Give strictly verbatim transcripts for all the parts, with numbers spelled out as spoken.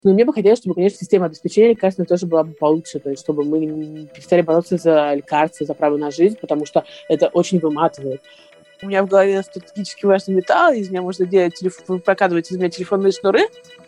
Но мне бы хотелось, чтобы, конечно, система обеспечения лекарственной тоже была бы получше, то есть чтобы мы не перестали бороться за лекарства, за право на жизнь, потому что это очень выматывает. У меня в голове стратегически важный металл, из меня можно делать телефон, прокатывать из меня телефонные шнуры.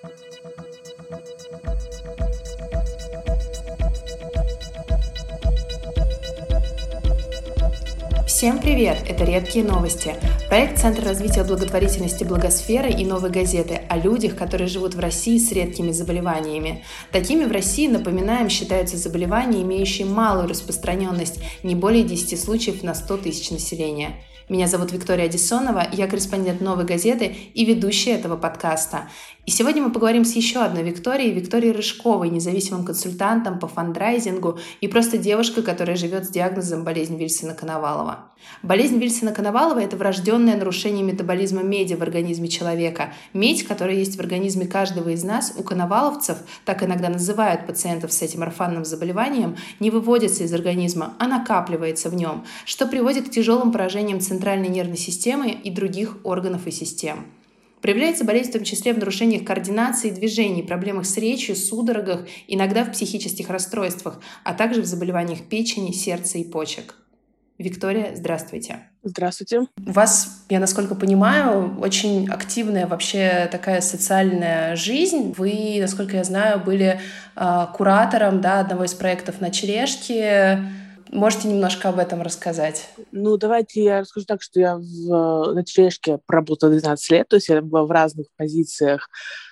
Всем привет! Это «Редкие новости» – проект Центра развития благотворительности «Благосферы» и «Новой газеты» о людях, которые живут в России с редкими заболеваниями. Такими в России, напоминаем, считаются заболевания, имеющие малую распространенность, не более десяти случаев на сто тысяч населения. Меня зовут Виктория Одессонова, я корреспондент «Новой газеты» и ведущая этого подкаста. И сегодня мы поговорим с еще одной Викторией, Викторией Рыжковой, независимым консультантом по фандрайзингу и просто девушкой, которая живет с диагнозом болезнь Вильсона-Коновалова. Болезнь Вильсона-Коновалова – это врожденное нарушение метаболизма меди в организме человека. Медь, которая есть в организме каждого из нас, у коноваловцев, так иногда называют пациентов с этим орфанным заболеванием, не выводится из организма, а накапливается в нем, что приводит к тяжелым поражениям центральной нервной системы и других органов и систем. Проявляется болезнь в том числе в нарушениях координации движений, проблемах с речью, судорогах, иногда в психических расстройствах, а также в заболеваниях печени, сердца и почек. Виктория, здравствуйте. Здравствуйте. У вас, я насколько понимаю, очень активная вообще такая социальная жизнь. Вы, насколько я знаю, были э, куратором, да, одного из проектов «Ночлежки». Можете немножко об этом рассказать? Ну, давайте я расскажу так, что я в ночлежке проработала двенадцать лет, то есть я была в разных позициях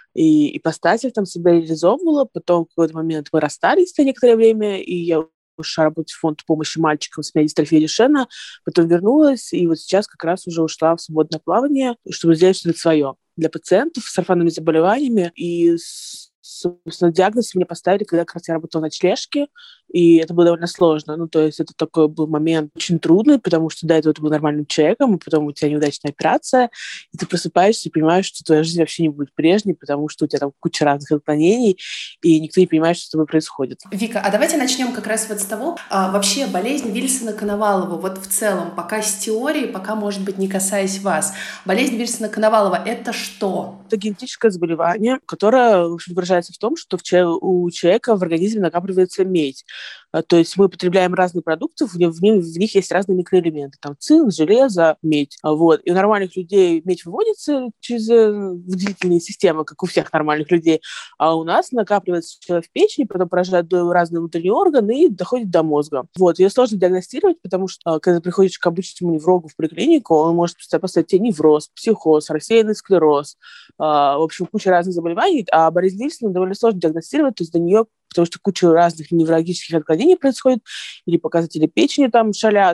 и ипостасях там себя реализовывала. Потом в какой-то момент мы расстались на некоторое время, и я ушла работать в фонд помощи мальчикам с дистрофией Дюшена, потом вернулась, и вот сейчас как раз уже ушла в свободное плавание, чтобы сделать что-то свое для пациентов с орфанными заболеваниями. И, собственно, диагноз мне поставили, когда как раз я работала в ночлежке, и это было довольно сложно. Ну, то есть это такой был момент очень трудный, потому что до этого ты был нормальным человеком, и потом у тебя неудачная операция, и ты просыпаешься и понимаешь, что твоя жизнь вообще не будет прежней, потому что у тебя там куча разных отклонений, и никто не понимает, что с тобой происходит. Вика, а давайте начнем как раз вот с того, а, вообще болезнь Вильсона-Коновалова, вот в целом, пока с теорией, пока, может быть, не касаясь вас. Болезнь Вильсона-Коновалова — это что? Это генетическое заболевание, которое, в общем, выражается в том, что в че- у человека в организме накапливается медь. То есть мы потребляем разные продукты, в, в, них, в них есть разные микроэлементы. Там цинк, железо, медь. Вот. И у нормальных людей медь выводится через выделительные системы, как у всех нормальных людей, а у нас накапливается в печени, потом поражает разные внутренние органы и доходит до мозга. Вот. Ее сложно диагностировать, потому что когда приходишь к обычному неврологу в поликлинику, он может поставить тебе невроз, психоз, рассеянный склероз, в общем, куча разных заболеваний, а болезнь Вильсона довольно сложно диагностировать, то есть до нее, потому что куча разных неврологических отклонений происходит, или показатели печени там шалят,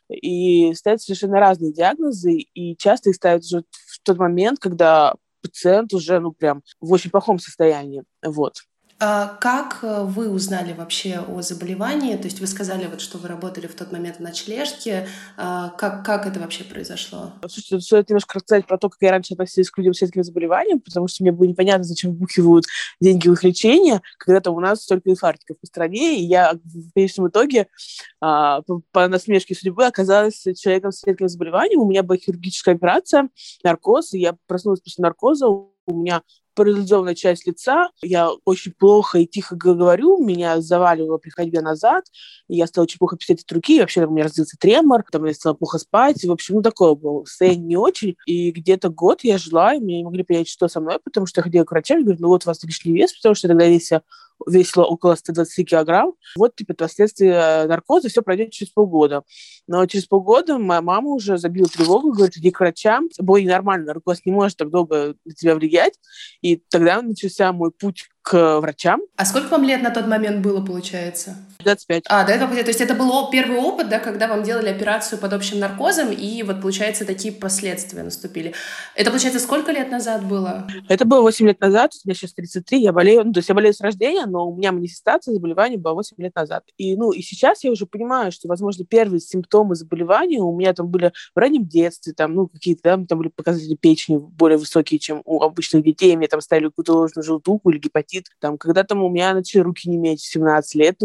и ставят совершенно разные диагнозы, и часто их ставят уже в тот момент, когда пациент уже, ну, прям в очень плохом состоянии, вот. А как вы узнали вообще о заболевании? То есть вы сказали, вот, что вы работали в тот момент в ночлежке. А как, как это вообще произошло? Слушайте, стоит немножко рассказать про то, как я раньше относилась к людям с редкими заболеваниями, потому что мне было непонятно, зачем вбухивают деньги в их лечение, когда там у нас столько инфарктов по стране, и я в конечном итоге а, по, по насмешке судьбы оказалась человеком с редким заболеванием. У меня была хирургическая операция, наркоз, и я проснулась после наркоза, у меня парализованная часть лица, я очень плохо и тихо говорю, меня заваливало при ходьбе назад, и я стала очень плохо писать от руки, и вообще там у меня развился тремор, там я стала плохо спать, и, в общем, ну, такое было состояние не очень, и где-то год я жила, и мне не могли понять, что со мной, потому что я ходила к врачам, и говорю, ну вот у вас лишний вес, потому что я тогда весила, весила около сто двадцать килограмм, вот, типа, последствия наркоза, все пройдет через полгода. Но через полгода моя мама уже забила тревогу, говорит, иди к врачам, бой ненормально, наркоз не может так долго на тебя влиять. И тогда начался мой путь к врачам. А сколько вам лет на тот момент было, получается? двадцать пять. А, да, то есть это был первый опыт, да, когда вам делали операцию под общим наркозом, и вот, получается, такие последствия наступили. Это, получается, сколько лет назад было? Это было восемь лет назад, у меня сейчас тридцать три, я болею, ну, то есть я болею с рождения, но у меня манифестация заболевания была восемь лет назад. И, ну, и сейчас я уже понимаю, что, возможно, первые симптомы заболевания у меня там были в раннем детстве, там, ну, какие-то, да, там были показатели печени более высокие, чем у обычных детей, мне там ставили какую-то ложную желтуху или гепатит, там, когда там у меня начали руки неметь в семнадцать лет, ну, то есть когда-то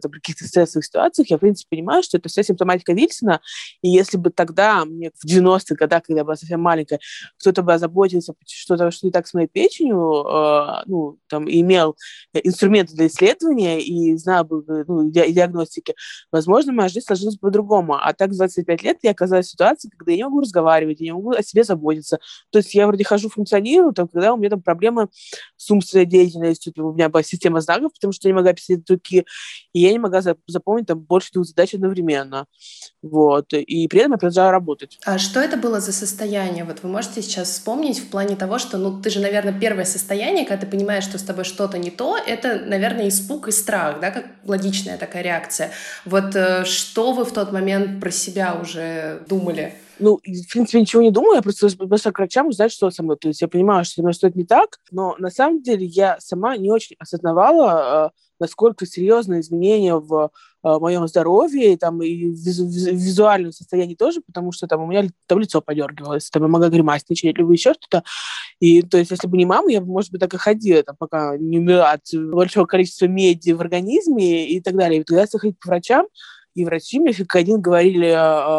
там, в каких-то стрессовых ситуациях, я, в принципе, понимаю, что это вся симптоматика Вильсона, и если бы тогда, мне в девяностых годах, когда я была совсем маленькая, кто-то бы озаботился, что-то что не так с моей печенью, э, ну, там, и имел инструменты для исследования и знал бы, ну, ди- диагностики, возможно, моя жизнь сложилась бы по-другому. А так в двадцать пять лет я оказалась в ситуации, когда я не могу разговаривать, я не могу о себе заботиться. То есть я вроде хожу, функционирую, там, когда у меня там проблемы с умственной деятельностью, у меня была система знаков, потому что я не могла писать руки, и я не могла запомнить там больше двух задач одновременно. Вот. И при этом я продолжала работать. А что это было за состояние? Вот вы можете сейчас вспомнить в плане того, что, ну, ты же, наверное, первое состояние, когда ты понимаешь, что с тобой что-то не то, это, наверное, испуг и страх, да, как логичная такая реакция. Вот э, что вы в тот момент про себя уже думали? Ну, в принципе, ничего не думаю, я просто пошла к врачам узнать, что со мной. То есть я понимаю, что со мной что-то не так, но на самом деле я сама не очень осознавала, насколько серьезные изменения в моем здоровье, и, там, и в визу- визу- визуальном состоянии тоже, потому что там у меня там лицо подергивалось, там я могла гримасничать, либо еще что-то. И то есть если бы не мама, я бы, может быть, так и ходила, там, пока не умерла от большого количества меди в организме и так далее. И тогда я стала ходить по врачам, и врачи мне как один говорили,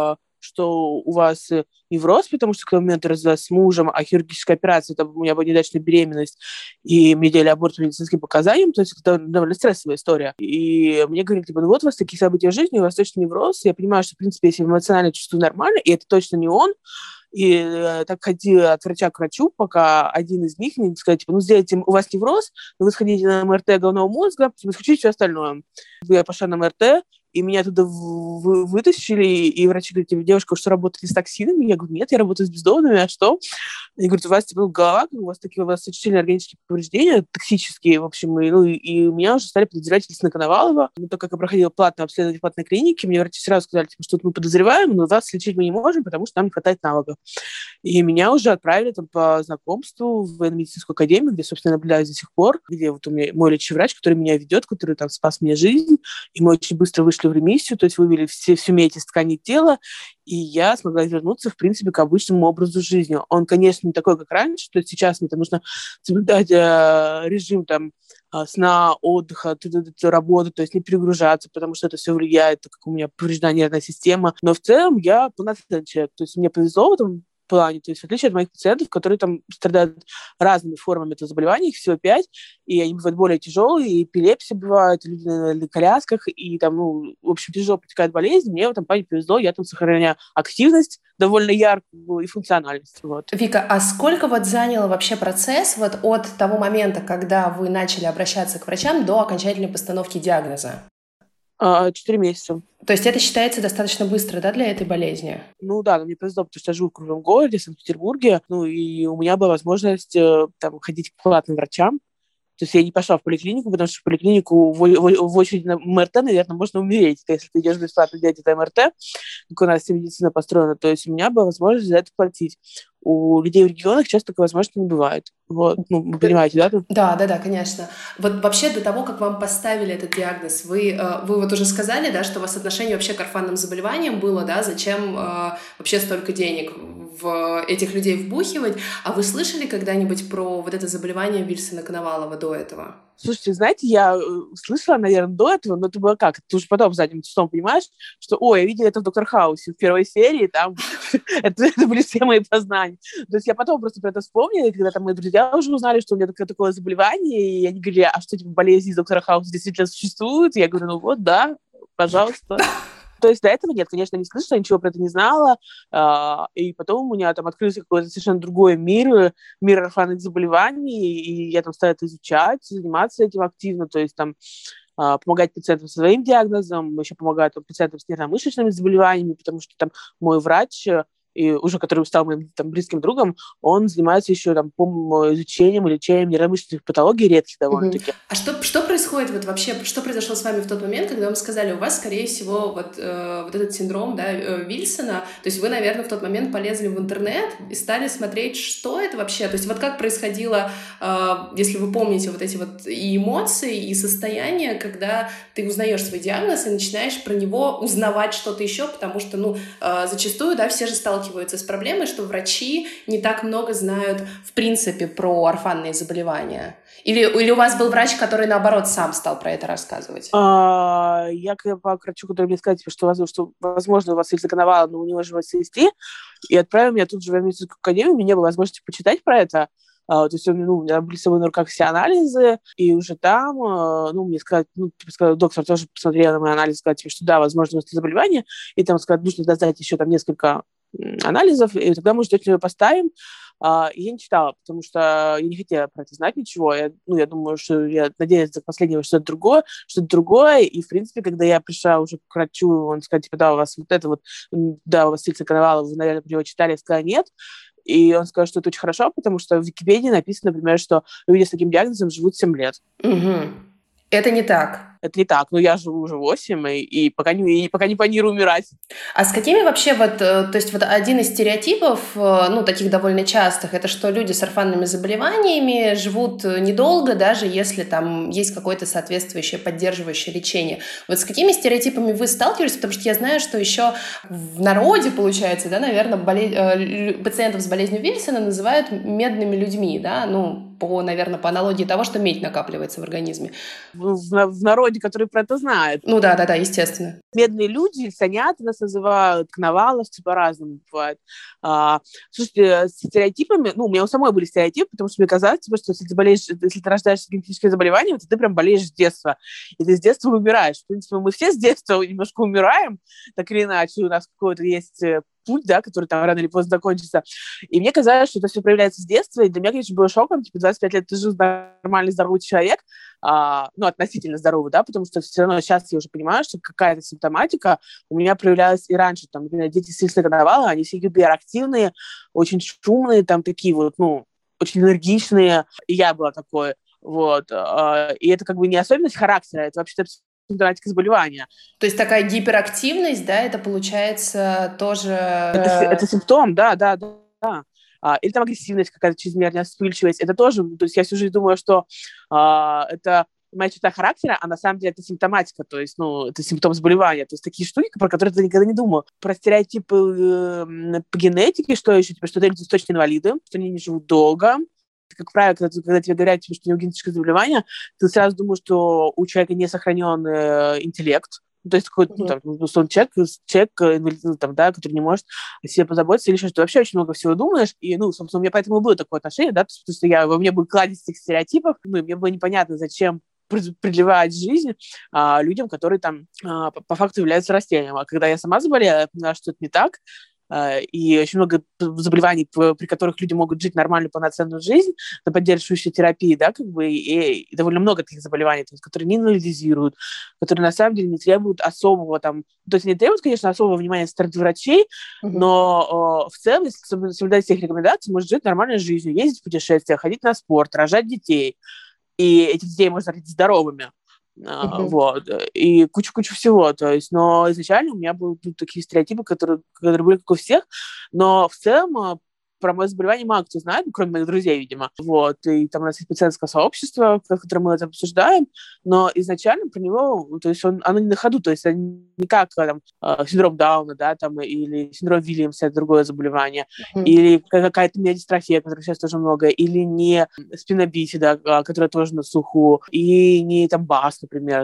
что у вас невроз, потому что к тому моменту развелась с мужем, а хирургическая операция, это у меня была неудачная беременность, и мне делали аборт по медицинским показаниям, то есть это довольно стрессовая история. И мне говорили, типа, ну вот у вас такие события в жизни, у вас точно невроз. Я понимаю, что, в принципе, если эмоционально чувствую нормально, и это точно не он, и э, так ходила от врача к врачу, пока один из них не сказал, типа, ну, сделайте, у вас невроз, но вы сходите на МРТ головного мозга, исключите все остальное. Я пошла на МРТ, и меня туда в- вытащили, и врачи говорят, типа, девушка, вы что, работаете с токсинами? Я говорю, нет, я работаю с бездомными, а что? Они говорят, у вас, типа, ну, голова, у вас такие у вас сочетательные органические повреждения, токсические, в общем, и, ну, и, и у меня уже стали подозревать Лисина Коновалова. Но так как я проходила платное обследование в платной клинике, мне врачи сразу сказали, типа, что мы подозреваем, но вас лечить мы не можем, потому что нам не хватает навыков. И меня уже отправили там по знакомству в военно-медицинскую академию, где, собственно, наблюдаю до сих пор, где вот у меня мой лечащий врач, который меня ведет, который там спас мне жизнь, и мы очень быстро вышли в ремиссию, то есть вывели все, всю медь из тканей тела, и я смогла вернуться, в принципе, к обычному образу жизни. Он, конечно, не такой, как раньше, то есть сейчас мне там нужно соблюдать э, режим там э, сна, отдыха, т- т- т- работы, то есть не перегружаться, потому что это все влияет, так как у меня повреждена нервная система. Но в целом я полноценный человек, то есть мне повезло в этом плане, то есть в отличие от моих пациентов, которые там страдают разными формами этого заболевания, их всего пять, и они бывают более тяжелые, и эпилепсия бывает, люди на, на колясках, и там, ну, в общем, тяжело протекает болезнь, мне в этом плане повезло, я там сохраняю активность довольно яркую и функциональность. Вот. Вика, а сколько вот занял вообще процесс вот от того момента, когда вы начали обращаться к врачам, до окончательной постановки диагноза? А, Четыре месяца. То есть это считается достаточно быстро, да, для этой болезни? Ну да, но мне повезло, потому что я живу в крупном городе, в Санкт-Петербурге, ну и у меня была возможность э, там ходить к платным врачам. То есть я не пошла в поликлинику, потому что в поликлинику в, в, в очередь на МРТ, наверное, можно умереть, если ты идешь бесплатно делать это МРТ, как у нас вся медицина построена. То есть у меня была возможность за это платить. У людей в регионах часто такой возможности не бывает. Вот, ну, вы понимаете, да? Да, да, да, конечно. Вот вообще до того, как вам поставили этот диагноз, вы, э, вы вот уже сказали, да, что у вас отношение вообще к орфанным заболеваниям было, да, зачем э, вообще столько денег в этих людей вбухивать, а вы слышали когда-нибудь про вот это заболевание Вильсона Коновалова до этого? Слушайте, знаете, я э, слышала, наверное, до этого, но это было как? Ты уже потом задним числом понимаешь, что, ой, я видела это в «Доктор Хаусе» в первой серии, там, это, это были все мои познания. То есть я потом просто про это вспомнила, и когда там мои друзья уже узнали, что у меня такое, такое заболевание, и они говорили, а что, типа, болезнь из «Доктора Хауса» действительно существует? И я говорю, ну вот, да, пожалуйста. То есть до этого нет, конечно, не слышала, ничего про это не знала. И потом у меня там открылся какой-то совершенно другой мир, мир орфанных заболеваний, и я там стала это изучать, заниматься этим активно, то есть там помогать пациентам со своим диагнозом, еще помогаю там, пациентам с нервно-мышечными заболеваниями, потому что там мой врач, и уже который стал моим там, близким другом, он занимается еще там, по изучением и лечением нейромышечных патологий редких довольно-таки. А что, что происходит вот вообще, что произошло с вами в тот момент, когда вам сказали, у вас, скорее всего, вот, э, вот этот синдром, да, э, Вильсона, то есть вы, наверное, в тот момент полезли в интернет и стали смотреть, что это вообще, то есть вот как происходило, э, если вы помните вот эти вот и эмоции, и состояния, когда ты узнаешь свой диагноз и начинаешь про него узнавать что-то еще, потому что, ну, э, зачастую, да, все же сталкиваются сталкиваются с проблемой, что врачи не так много знают, в принципе, про орфанные заболевания? Или, или у вас был врач, который, наоборот, сам стал про это рассказывать? А, я к по врачу, который мне сказал, типа, что, возможно, что, возможно, у вас Ильза Коновалова, но у него же ССТ, и отправил меня тут же в медицинскую академию, у меня не было возможности почитать про это. Uh, то есть ну, у меня были с собой на руках все анализы, и уже там, uh, ну, мне сказали, ну, типа, сказал, доктор тоже посмотрел на мой анализ, сказал, типа, что да, возможно, у вас заболевание, и там сказали, нужно сдать еще там несколько анализов, и тогда мы ждете, поставим. Uh, и я не читала, потому что я не хотела про это знать ничего. Я, ну, я думаю, что я надеялась за последнего что-то другое, что-то другое, и, в принципе, когда я пришла уже к врачу, он сказал, типа, да, у вас вот это вот, да, у вас Ильза Коновалова, вы, наверное, про него читали, я сказала, нет. И он сказал, что это очень хорошо, потому что в Википедии написано, например, что люди с таким диагнозом живут семь лет. Угу. Это не так. Это не так, но я живу уже восемь, и, и, пока не, и пока не планирую умирать. А с какими вообще, вот, то есть вот один из стереотипов, ну, таких довольно частых, это что люди с орфанными заболеваниями живут недолго, даже если там есть какое-то соответствующее, поддерживающее лечение. Вот с какими стереотипами вы сталкивались? Потому что я знаю, что еще в народе, получается, да, наверное, боле... пациентов с болезнью Вильсона называют медными людьми, да, ну, по, наверное, по аналогии того, что медь накапливается в организме. В, в народе, которые про это знают. Ну да, да, да, естественно. Медные люди, ильсоняты нас называют, коноваловцы, по-разному бывает. А, слушайте, с стереотипами, ну, у меня у самой были стереотипы, потому что мне казалось, типа, что если ты болеешь, если ты рождаешься с генетическим заболеванием, то ты прям болеешь с детства. И ты с детства умираешь. В принципе, мы все с детства немножко умираем, так или иначе, у нас какой-то есть путь, да, который там рано или поздно закончится. И мне казалось, что это все проявляется с детства, и для меня, конечно, было шоком, типа, двадцать пять лет ты жил нормальный, здоровый человек, а, ну, относительно здоровый, да, потому что все равно сейчас я уже понимаю, что какая-то симптоматика у меня проявлялась и раньше, там, например, дети с Ильзой Коноваловой, они все гиперактивные, очень шумные, там, такие вот, ну, очень энергичные, и я была такой, вот, а, и это как бы не особенность характера, это вообще-то симптоматика заболевания. То есть такая гиперактивность, да, это получается тоже... Это, это симптом, да, да, да, да. А, или там агрессивность какая-то, чрезмерная вспыльчивость. Это тоже, то есть я всю жизнь думаю, что а, это моя черта характера, а на самом деле это симптоматика, то есть, ну, это симптом заболевания. То есть такие штуки, про которые ты никогда не думал. Про стереотипы э, по генетике, что еще, типа, что это люди точно инвалиды, что они не живут долго. Как правило, когда, когда тебе говорят, типа, что у него генетическое заболевание, ты сразу думаешь, что у человека не сохранен э, интеллект. То есть какой-то, ну, там, условно, человек, человек ну, там, да, который не может о себе позаботиться или еще что-то. Вообще очень много всего думаешь. И, ну, собственно, у меня поэтому было такое отношение, да, потому что я, во мне был кладезь этих стереотипов, ну, и мне было непонятно, зачем продлевать жизнь а, людям, которые там а, по, по факту являются растением. А когда я сама заболела, я поняла, что это не так. И очень много заболеваний, при которых люди могут жить нормальную, полноценную жизнь, на поддерживающей терапии, да, как бы, и, и довольно много таких заболеваний, то есть, которые не инвалидизируют, которые на самом деле не требуют особого там, то есть не требуют, конечно, особого внимания со стороны врачей, mm-hmm. но о, в целом, если соблюдать всех рекомендаций, может жить нормальной жизнью, ездить в путешествия, ходить на спорт, рожать детей, и этих детей можно родить здоровыми. Uh-huh. Вот, и кучу-кучу всего, то есть, но изначально у меня были ну, такие стереотипы, которые, которые были как у всех, но в целом про мое заболевание мало кто знает, кроме моих друзей, видимо, вот, и там у нас есть пациентское сообщество, в котором мы это обсуждаем, но изначально про него, то есть, он, оно не на ходу, то есть, не как там синдром Дауна, да, там, или синдром Вильямса, это другое заболевание, mm-hmm. или какая-то миодистрофия, которых сейчас тоже много, или не спина бифида, которая тоже на слуху, и не там БАС, например.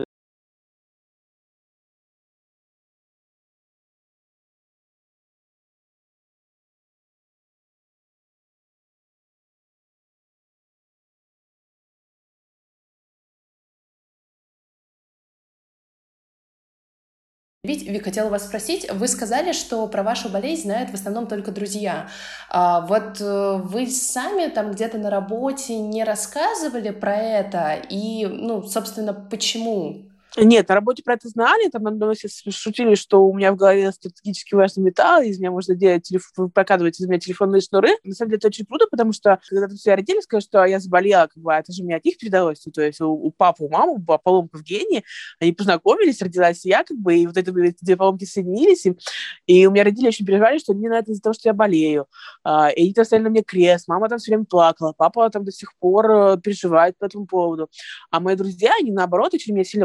Вик, хотела вас спросить, вы сказали, что про вашу болезнь знают в основном только друзья. А вот вы сами там где-то на работе не рассказывали про это? И, ну, собственно, почему? Нет, на работе про это знали, там надо мной все шутили, что у меня в голове стратегически важный металл, из меня можно делать телефон, прокатывать из меня телефонные шнуры. На самом деле это очень круто, потому что когда все родители сказали, что я заболела, как бы, это же мне от них передалось, то есть у, у папы, у мамы была поломка в гене, они познакомились, родилась я, как бы, и вот это, эти две поломки соединились, и, и у меня родители очень переживали, что мне на это из-за того, что я болею. А, и они там ставили на мне крест, мама там все время плакала, папа там до сих пор переживает по этому поводу. А мои друзья, они наоборот очень меня сильно поддерживали,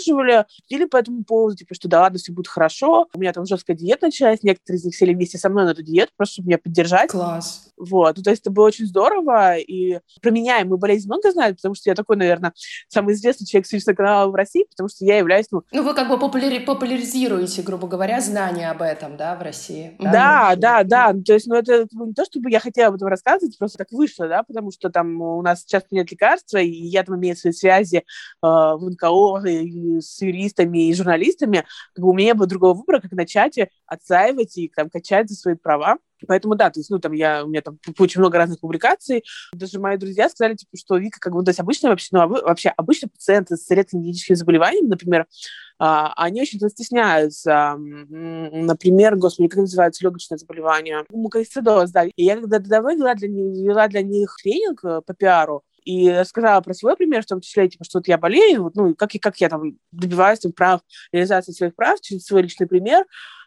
поддерживали, или по этому поводу, типа, что да ладно, все будет хорошо. У меня там жесткая диета началась, некоторые из них сели вместе со мной на эту диету, просто чтобы меня поддержать. Класс. Вот, ну, то есть это было очень здорово, и про меня и мою болезнь много знают, потому что я такой, наверное, самый известный человек с канала в России, потому что я являюсь, ну... Ну, вы как бы популяри- популяризируете, грубо говоря, знания об этом, да, в России. Да, да, да, да. То есть, ну, это не то, чтобы я хотела об этом рассказывать, просто так вышло, да, потому что там у нас часто нет лекарства, и я там имею свои связи э, в эн ка о и с юристами и журналистами, как бы у меня не было другого выбора, как начать отстаивать и там качать за свои права. Поэтому да, то есть, ну, там я, у меня там очень много разных публикаций. Даже мои друзья сказали, типа, что Вика, как бы, то есть обычно вообще, ну, вообще обычно пациенты с редкими генетическими заболеваниями, например, а, они очень стесняются. Например, господи, как называется легочное заболевание? Муковисцидоз, да. И я когда давно вела для них, вела для них тренинг по пиару, и рассказала про свой пример, в том числе, типа, что вот я болею, вот, ну, и как, как я там добиваюсь там, прав, реализации своих прав через свой личный пример.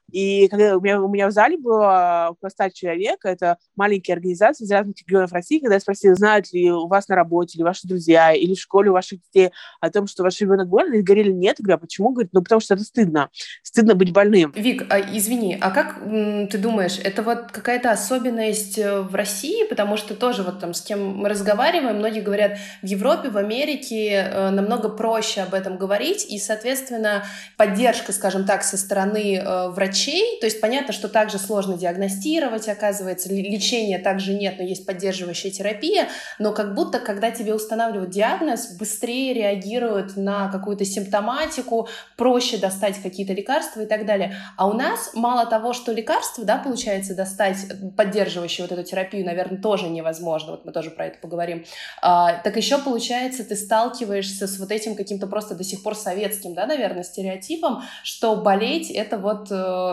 И когда у меня, у меня в зале было около ста человек, это маленькие организации из разных регионов России, когда я спросила, знают ли у вас на работе, или ваши друзья, или в школе у ваших детей о том, что ваш ребенок болен, они говорили, нет. Я говорю, а почему? Говорит, ну, потому что это стыдно. Стыдно быть больным. Вик, а, извини, а как м, ты думаешь, это вот какая-то особенность в России? Потому что тоже вот там с кем мы разговариваем, многие говорят, в Европе, в Америке э, намного проще об этом говорить, и, соответственно, поддержка, скажем так, со стороны э, врачей, то есть понятно, что также сложно диагностировать, оказывается, лечения также нет, но есть поддерживающая терапия, но как будто, когда тебе устанавливают диагноз, быстрее реагируют на какую-то симптоматику, проще достать какие-то лекарства и так далее. А у нас мало того, что лекарства, да, получается достать, поддерживающие вот эту терапию, наверное, тоже невозможно, вот мы тоже про это поговорим, а, так еще, получается, ты сталкиваешься с вот этим каким-то просто до сих пор советским, да, наверное, стереотипом, что болеть — это вот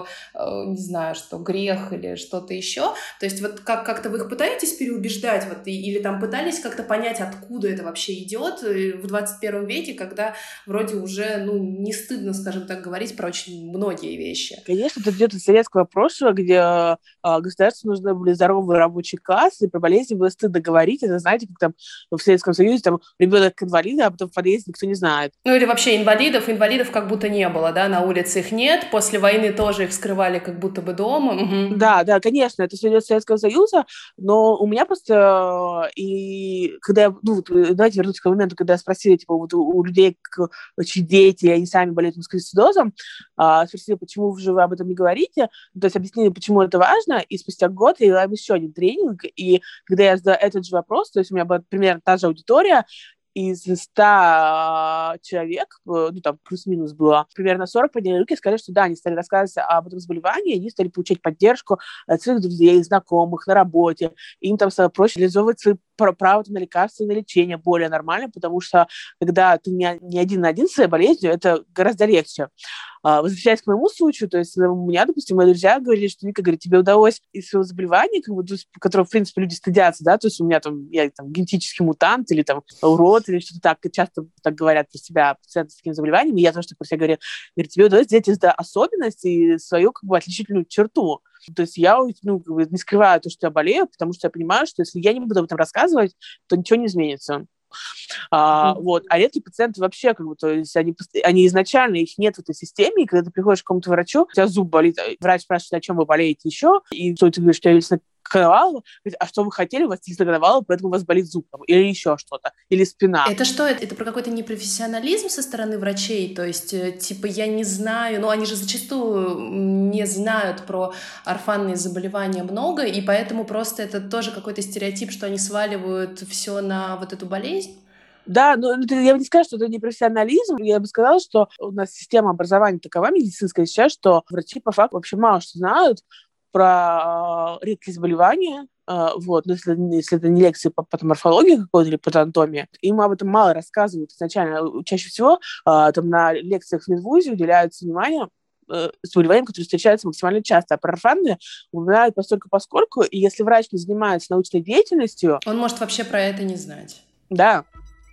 не знаю, что грех или что-то еще. То есть вот как- как-то вы их пытаетесь переубеждать, вот, и- или там пытались как-то понять, откуда это вообще идет в двадцать первом веке, когда вроде уже, ну, не стыдно, скажем так, говорить про очень многие вещи. Конечно, это идет из советского прошлого, где а, государству нужны были здоровые рабочие классы, и про болезни было стыдно говорить. Это, знаете, как там в Советском Союзе там ребенок инвалида, а потом в подъезде никто не знает. Ну или вообще инвалидов, инвалидов как будто не было, да, на улице их нет, после войны тоже их скрывали как будто бы дома. Угу. Да, да, конечно, это все идет из Советского Союза, но у меня просто, и когда я, ну, давайте вернуться к моменту, когда я спросила, типа, вот у, у людей, чьи дети, они сами болеют муковисцидозом, а, спросила, почему же вы об этом не говорите, то есть объяснили, почему это важно, и спустя год я вела еще один тренинг, и когда я задала этот же вопрос, то есть у меня была примерно та же аудитория, из ста человек, ну, там, плюс-минус было, примерно сорок подняли руки и сказали, что да, они стали рассказывать об этом заболевании, они стали получать поддержку от своих друзей, знакомых, на работе, им там стало проще реализовывать свои право на лекарства и на лечение более нормально, потому что когда ты не, не один на один с своей болезнью, это гораздо легче. Возвращаясь к моему случаю, то есть у меня, допустим, мои друзья говорили, что, Вика, говорит, тебе удалось из своего заболевания, как бы, которого, в принципе, люди стыдятся, да, то есть у меня там, я там генетический мутант или там урод или что-то так, часто так говорят про себя пациенты с таким заболеванием, и я тоже так про себя говорю, говорит, тебе удалось взять из особенности и свою, как бы, отличительную черту. То есть я, ну, как бы, не скрываю то, что я болею, потому что я понимаю, что если я не буду об этом рассказывать, то ничего не изменится. А, mm-hmm. вот. А редкие пациенты вообще, как бы, то есть они, они изначально, их нет в этой системе, и когда ты приходишь к какому-то врачу, у тебя зуб болит, врач спрашивает, о чем вы болеете еще, и что ты говоришь, что я лично коновалова, а что вы хотели, у вас есть коновалова, поэтому у вас болит зуб, или еще что-то, или спина. Это что? Это про какой-то непрофессионализм со стороны врачей? То есть, типа, я не знаю, ну, они же зачастую не знают про орфанные заболевания много, и поэтому просто это тоже какой-то стереотип, что они сваливают все на вот эту болезнь? Да, но я бы не сказала, что это не профессионализм. Я бы сказала, что у нас система образования такова медицинская сейчас, что врачи по факту вообще мало что знают про э, редкие заболевания, э, вот, но если, если это не лекции по патоморфологии какой-то или патоанатомии, им об этом мало рассказывают изначально. Чаще всего э, там на лекциях в медвузе уделяется внимание э, заболеваниям, которые встречаются максимально часто, а про орфанные упоминают постольку-поскольку, и если врач не занимается научной деятельностью... Он может вообще про это не знать. Да.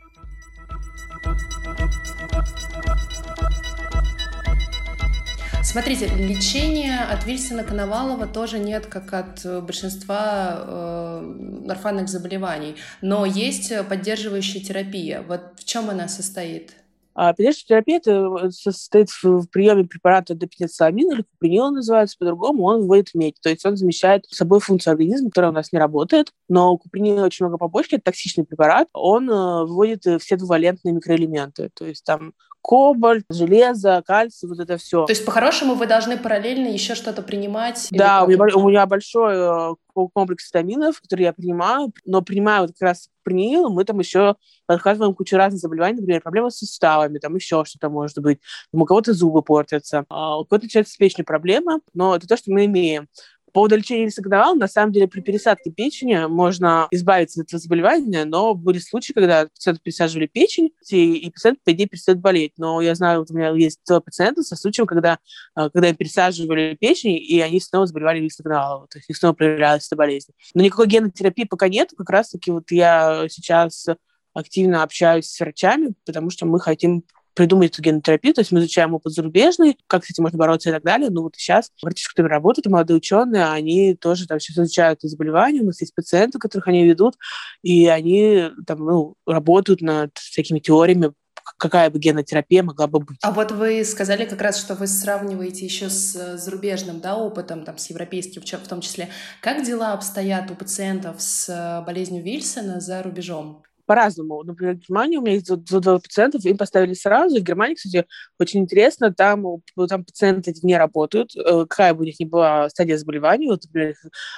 Смотрите, лечения от Вильсона-Коновалова тоже нет, как от большинства э, орфанных заболеваний, но есть поддерживающая терапия. Вот в чем она состоит? А педиатрическая терапия это состоит в приеме препарата допенецилламин, или купринил называется по-другому, он вводит в медь. То есть он замещает собой функцию организма, которая у нас не работает. Но у купринила очень много побочек, это токсичный препарат. Он э, выводит все двувалентные микроэлементы. То есть там кобальт, железо, кальций, вот это все. То есть, по-хорошему, вы должны параллельно еще что-то принимать? Да, у меня, у меня большой э, комплекс витаминов, которые я принимаю, но принимаю вот как раз купринил, мы там еще подхватываем кучу разных заболеваний, например, проблемы с суставами, там еще что-то может быть, там у кого-то зубы портятся, а у кого-то начинается с печенью проблема, но это то, что мы имеем. По поводу лечения вильсона, на самом деле, при пересадке печени можно избавиться от этого заболевания, но были случаи, когда пациенту пересаживали печень, и пациент, по идее, перестает болеть. Но я знаю, вот у меня есть целый пациент со случаем, когда, когда им пересаживали печень, и они снова заболевали вильсона, то есть их снова проявлялась эта болезнь. Но никакой генотерапии пока нет. Как раз-таки вот я сейчас активно общаюсь с врачами, потому что мы хотим придумать эту генотерапию, то есть мы изучаем опыт зарубежный, как с этим можно бороться и так далее. Ну вот сейчас врачи, с которыми работают, молодые ученые, они тоже там сейчас изучают эти заболевания, у нас есть пациенты, которых они ведут, и они там, ну, работают над всякими теориями, какая бы генотерапия могла бы быть. А вот вы сказали как раз, что вы сравниваете еще с зарубежным, да, опытом, там, с европейским в том числе. Как дела обстоят у пациентов с болезнью Вильсона за рубежом? По-разному. Например, в Германии у меня есть двое пациентов, им поставили сразу. И в Германии, кстати, очень интересно, там, там пациенты не работают, какая бы у них ни была стадия заболевания. Вот, например,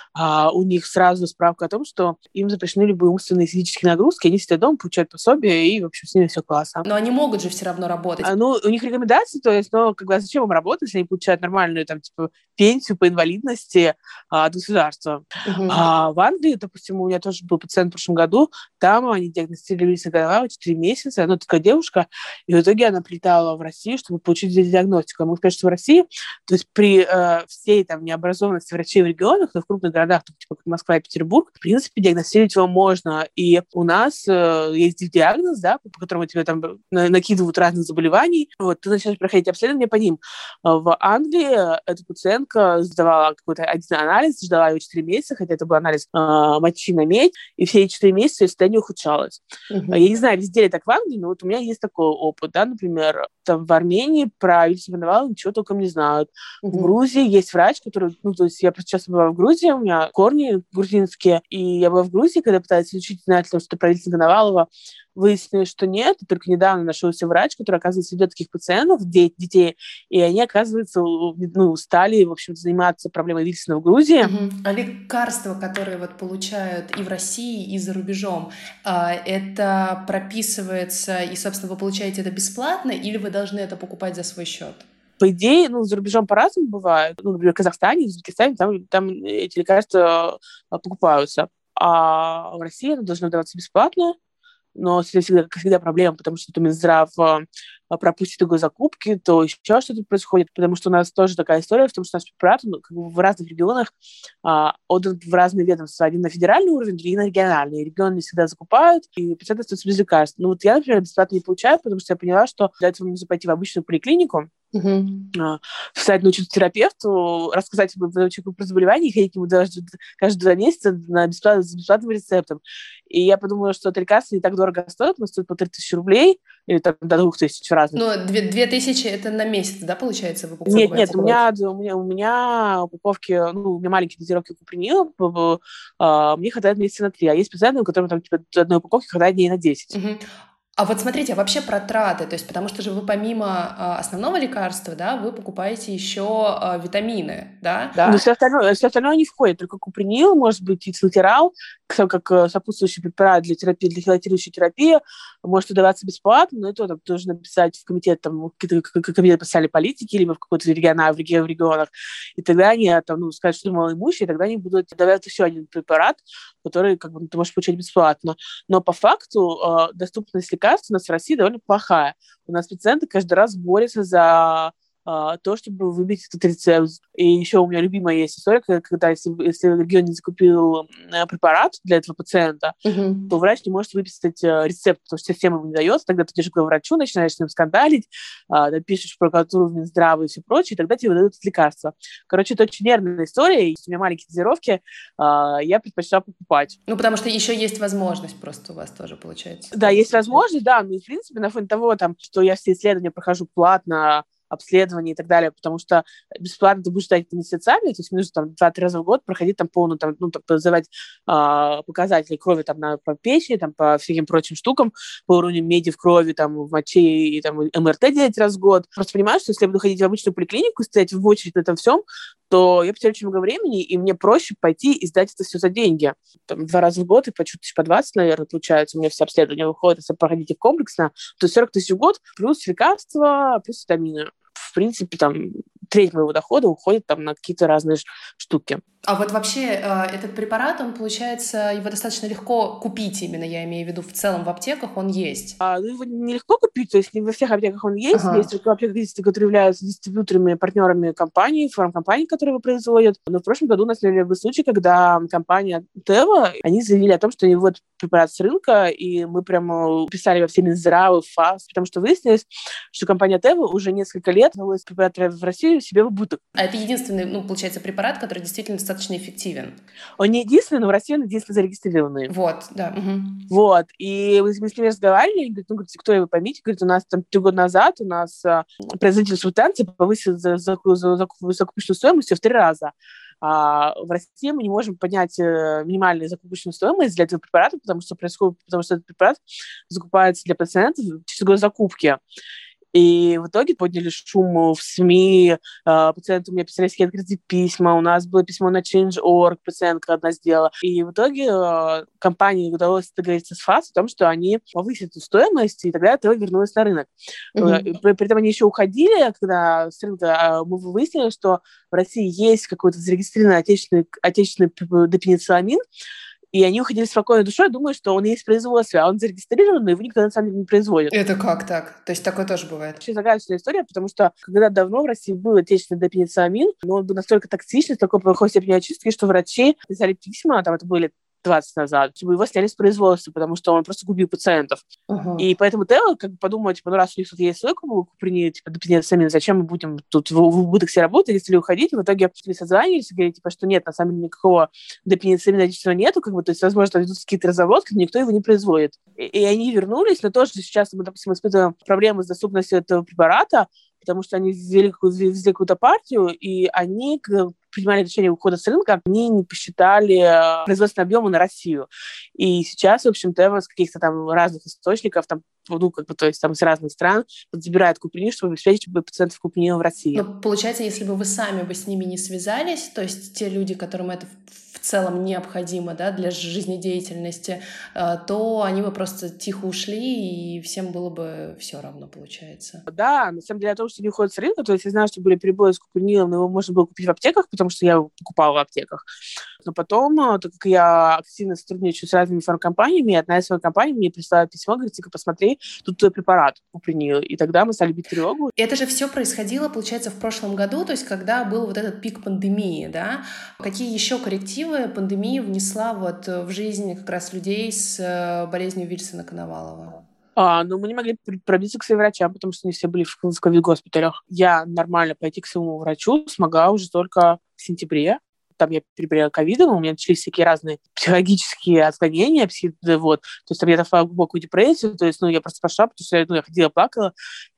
у них сразу справка о том, что им запрещены любые умственные и физические нагрузки, они сидят дома, получают пособие, и, в общем, с ними все классно. Но они могут же все равно работать. А, ну, у них рекомендации, то есть, но как бы, зачем им работать, если они получают нормальную, там, типа, пенсию по инвалидности а, от государства. Угу. А в Англии, допустим, у меня тоже был пациент в прошлом году, там они диагностировали голова четыре месяца, ну, такая девушка, и в итоге она прилетала в Россию, чтобы получить диагностику. Мы сказали, что в России, то есть при э, всей там необразованности врачей в регионах, но в крупных городах, типа как Москва и Петербург, в принципе, диагностировать его можно. И у нас э, есть диагноз, да, по которому тебе там накидывают разных заболеваний. Вот, ты начинаешь проходить обследование по ним. В Англии эта пациентка сдавала какой-то один анализ, ждала его четыре месяца, хотя это был анализ э, мочи на медь, и все эти четыре месяца ее состояние ухудшалось. Uh-huh. Я не знаю, везде ли так в Англии, но вот у меня есть такой опыт, да, например, там в Армении про вильсона ничего толком не знают. Uh-huh. В Грузии есть врач, который, ну, то есть я просто часто была в Грузии, у меня корни грузинские, и я была в Грузии, когда пыталась изучить, знать ли что-то про Вильсона, выяснилось, что нет, и только недавно нашелся врач, который, оказывается, ведет таких пациентов, детей, и они, оказывается, ну, стали, в общем, заниматься проблемой Вильсона в Грузии. Uh-huh. А лекарства, которые вот получают и в России, и за рубежом, это прописывается, и, собственно, вы получаете это бесплатно, или вы должны это покупать за свой счет? По идее, ну, за рубежом по-разному бывает. Ну, например, в Казахстане, в Узбекистане, там, там эти лекарства покупаются. А в России это должно даваться бесплатно. Но это всегда, как всегда, проблема, потому что то Минздрав пропустит такой закупки, то еще что-то происходит, потому что у нас тоже такая история в том, что наш препарат, ну, как бы в разных регионах а, отдан в разные ведомства. Один на федеральный уровень, другие на региональный. Регионы не всегда закупают, и пациенты остаются без лекарств. Ну вот я, например, бесплатно не получаю, потому что я поняла, что для этого нужно пойти в обычную поликлинику, Uh-huh. встать научиться терапевту, рассказать ему про заболевание и ходить к нему даже каждые два месяца на бесплатным, с бесплатным рецептом. И я подумала, что это лекарство не так дорого стоит, оно стоит полторы тысячи рублей, или там до двух тысяч разных. Ну, две, две тысячи это на месяц, да, получается? Вы покупаете? Нет, нет, у меня, у, меня, у меня упаковки, ну, у меня маленькие дозировки купринила, мне хватает месяца на три, а есть пациенты, у которых там типа одной упаковки хватает дней на десять. Uh-huh. А вот смотрите, а вообще про траты, то есть потому что же вы помимо а, основного лекарства, да, вы покупаете еще а, витамины, да? Да, но все остальное, все остальное не входит, только купринил, может быть, и цилотерал, как сопутствующий препарат для терапии, для хелатирующей терапии, может даваться бесплатно, но это там тоже написать в комитет, там, какие-то комитет социальной политики, либо в какой-то регионах, в регионах, и тогда они там, ну, скажут, что малоимущие, и тогда они будут давать еще один препарат, который как бы ты можешь получать бесплатно. Но по факту э, доступность лекарств у нас в России довольно плохая. У нас пациенты каждый раз борются за а, то, чтобы выбить этот рецепт. И еще у меня любимая есть история, когда, когда если, если регион не закупил препарат для этого пациента, Угу. то врач не может выписать рецепт, потому что система ему не дает. Тогда ты идешь к врачу, начинаешь с ним скандалить, а, пишешь в прокуратуру, в Минздрав и все прочее, и тогда тебе выдают лекарства. Короче, это очень нервная история. Если у меня маленькие дозировки, а, я предпочитаю покупать. Ну, потому что еще есть возможность просто у вас тоже, получается. Да, есть возможность, да, но, в принципе, на фоне того, там, что я все исследования прохожу платно, обследования и так далее, потому что бесплатно ты будешь ждать месяцами, то есть нужно там два-три раза в год проходить там полную, там, ну, там, сдавать а, показатели крови там на, по печени, там, по всяким прочим штукам, по уровню меди в крови, там, в моче и там эм эр тэ делать раз в год. Просто понимаешь, что если я буду ходить в обычную поликлинику, стоять в очередь на этом всем, то я потеряю очень много времени, и мне проще пойти и сдать это все за деньги. Там, два раза в год, и по чуть тысяч по двадцать, наверное, получается, у меня все обследования выходят, если проходить их комплексно, то сорок тысяч в год, плюс лекарства, плюс витамины. В принципе, там, треть моего дохода уходит там на какие-то разные штуки. А вот вообще этот препарат, он, получается, его достаточно легко купить именно, я имею в виду, в целом в аптеках он есть? А, ну, его нелегко купить, то есть не во всех аптеках он есть. Ага. Есть только аптеки, которые являются дистрибьюторами, партнерами компаний, фармкомпаний, которые его производят. Но в прошлом году у нас был случай, когда компания Teva, они заявили о том, что они вводят препарат с рынка, и мы прямо писали во все Минздравы, ФАС, потому что выяснилось, что компания Teva уже несколько лет вводит препарат в Россию себе в убыток. А это единственный, ну, получается, препарат, который действительно достаточно эффективен? Он не единственный, но в России он единственный зарегистрированный. Вот, да. Угу. Вот. И мы с ними разговаривали, говорит, ну, говорит, кто его поймите? Говорит, у нас там три года назад у нас а, производитель субстанции повысил за, за, за, за закупочную стоимость в три раза. А в России мы не можем поднять минимальную закупочную стоимость для этого препарата, потому что происходит, потому что этот препарат закупается для пациентов через год закупки. И в итоге подняли шум в СМИ, пациенты у меня писали все открытые письма, у нас было письмо на Change точка орг, пациентка одна сделала. И в итоге компании удалось договориться с ФАС о том, что они повысят эту стоимость, и тогда это вернулось на рынок. Mm-hmm. При этом они еще уходили, когда с рынка мы выяснили, что в России есть какой-то зарегистрированный отечественный, отечественный депеницилламин, и они уходили спокойной душой, думая, что он есть в производстве, а он зарегистрирован, но его никто на самом деле не производит. Это как так? То есть такое тоже бывает? Очень загадочная история, потому что когда давно в России был отечественный депеницилламин, но он был настолько токсичный, с такой плохой степенью очистки, что врачи писали письма, там это были двадцать назад, чтобы его сняли с производства, потому что он просто губил пациентов. Uh-huh. И поэтому Teva как бы подумала, типа, ну раз у них тут есть свой куприни, типа, депеницилламин, зачем мы будем тут в, в убыток все работать, если уходить? И в итоге мы созванивались и говорили, типа, что нет, на самом деле никакого депеницилламина отечественного нету, как бы, то есть, возможно, ведут какие-то разработки, но никто его не производит. И, и они вернулись, но тоже сейчас мы, допустим, испытываем проблемы с доступностью этого препарата, потому что они ввели, ввели какую-то партию, и они принимали решение ухода с рынка, они не посчитали производственные объемы на Россию. И сейчас, в общем, Teva с каких-то там разных источников, там, ну, как бы, то есть там с разных стран забирает куприни, чтобы обеспечить чтобы пациентов куприни в России. Но получается, если бы вы сами бы с ними не связались, то есть те люди, которым это в целом необходимо, да, для жизнедеятельности, то они бы просто тихо ушли, и всем было бы все равно, получается. Да, на самом деле, о том, что не уходит с рынка, то есть я знаю, что были перебои с купринилом, но его можно было купить в аптеках, потому что я его покупала в аптеках. Но потом, так как я активно сотрудничаю с разными фармкомпаниями, одна из фармкомпаний мне прислала письмо, говорит, типа, посмотри, тут твой препарат купринил. И тогда мы стали бить тревогу. Это же все происходило, получается, в прошлом году, то есть когда был вот этот пик пандемии, да? Какие еще коррективы пандемия внесла вот в жизнь как раз людей с болезнью Вильсона-Коновалова? А, ну, мы не могли пробиться к своим врачам, потому что не все были в, в ковид-госпиталях. Я нормально пойти к своему врачу смогла уже только в сентябре. Там я переболела ковидом, у меня начались всякие разные психологические отклонения, психи... вот. То есть там я дошла в глубокую депрессию, то есть, ну, я просто пошла, потому что ну, я ходила, плакала,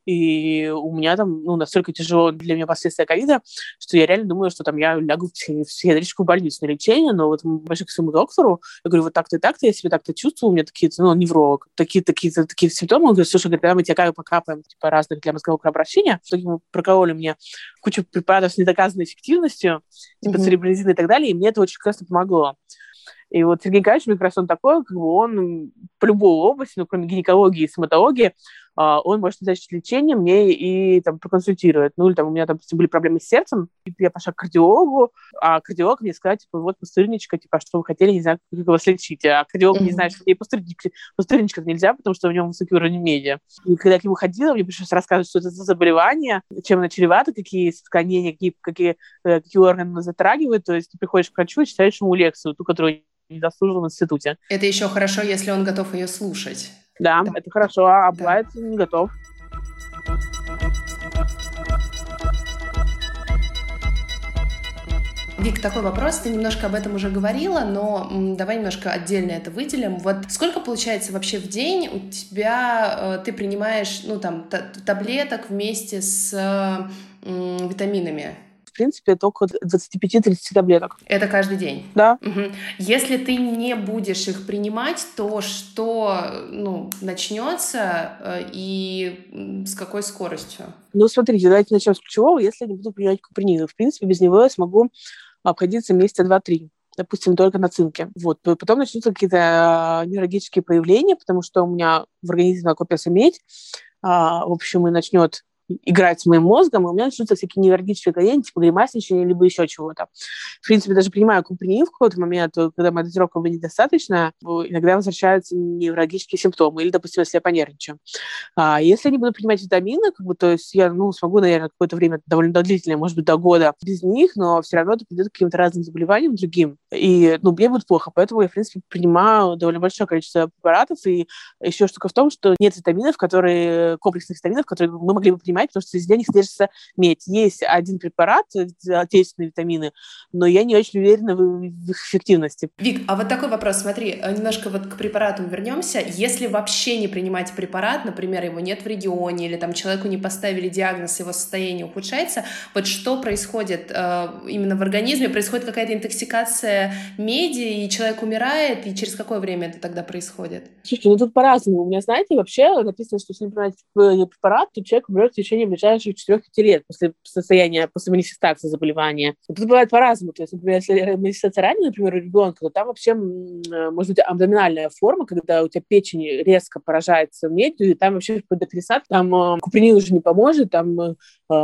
и у меня там, ну, настолько тяжело для меня последствия ковида, что я реально думаю, что там я лягу в психиатрическую больницу на лечение, но вот мы пошли к своему доктору, я говорю, вот так-то и так-то, я себя так-то чувствую, у меня такие-то, ну, невролог, такие-такие, такие симптомы, он говорит, слушай, давай мы тебе покапаем, типа, разных для мозгового кровообращения, в итоге мы прокололи мне кучу препаратов с недоказанной эффективностью, типа, mm-hmm. церебролизин и так далее, и мне это очень классно помогло. И вот Сергей Николаевич, мне как раз он такой, как бы он по любой области, ну, кроме гинекологии и стоматологии, а, он может назначить лечение мне и там проконсультировать. Ну, или там у меня, допустим, были проблемы с сердцем, и я пошла к кардиологу, а кардиолог мне сказал, типа, вот пустырничка, типа, что вы хотели, не знаю, как вас лечить. А кардиолог mm-hmm. не знает, что ей пустырничка, пустырничка нельзя, потому что у него высокий уровень меди. И когда я к нему ходила, мне пришлось рассказывать, что это за заболевание, чем оно чревато, какие отклонения, какие, какие, какие органы затрагивают. То есть ты приходишь к врачу и читаешь ему лекцию, ту, которую не дослушал в институте. Это еще хорошо, если он готов ее слушать. Да, да. это хорошо, а да. бывает не готов. Вик, такой вопрос, ты немножко об этом уже говорила, но м, давай немножко отдельно это выделим. Вот сколько получается вообще в день у тебя, э, ты принимаешь, ну там, т- таблеток вместе с э, м, витаминами? В принципе, это около двадцать пять-тридцать таблеток. Это каждый день? Да. Угу. Если ты не будешь их принимать, то что ну, начнется э, и с какой скоростью? Ну, смотрите, давайте начнем с ключевого. Если я не буду принимать купринил, в принципе, без него я смогу обходиться месяца два-три, допустим, только на цинке. Вот. Потом начнутся какие-то неврологические проявления, потому что у меня в организме накопится медь, а, в общем, и начнет играть с моим мозгом, и у меня начнутся всякие неврологические отклонения, типа гримасничания, либо еще чего-то. В принципе, даже принимаю купринил в какой-то момент, когда моя дозировка будет недостаточно, иногда возвращаются неврологические симптомы, или, допустим, если я понервничаю. А если я не буду принимать витамины, как бы, то есть я ну, смогу, наверное, какое-то время довольно длительное, может быть, до года без них, но все равно это придет к каким-то разным заболеваниям другим. И ну, мне будет плохо, поэтому я, в принципе, принимаю довольно большое количество препаратов. И еще штука в том, что нет витаминов, которые, комплексных витаминов, которые мы могли бы принимать, потому что среди них содержится медь. Есть один препарат, отечественные витамины, но я не очень уверена в, в их эффективности. Вик, а вот такой вопрос, смотри, немножко вот к препаратам вернемся. Если вообще не принимать препарат, например, его нет в регионе, или там человеку не поставили диагноз, его состояние ухудшается, вот что происходит э, именно в организме? Происходит какая-то интоксикация меди, и человек умирает, и через какое время это тогда происходит? Слушайте, ну тут по-разному. У меня, знаете, вообще написано, что если не принимать препарат, то человек умрет в течение ближайших четырех-пяти лет после состояния, после манифестации заболевания. Но тут бывает по-разному. То есть, например, если манифестация ранее, например, у ребенка, то там вообще может быть абдоминальная форма, когда у тебя печень резко поражается медью, и там вообще вплоть до пересадки, там э, купринил уже не поможет, там э,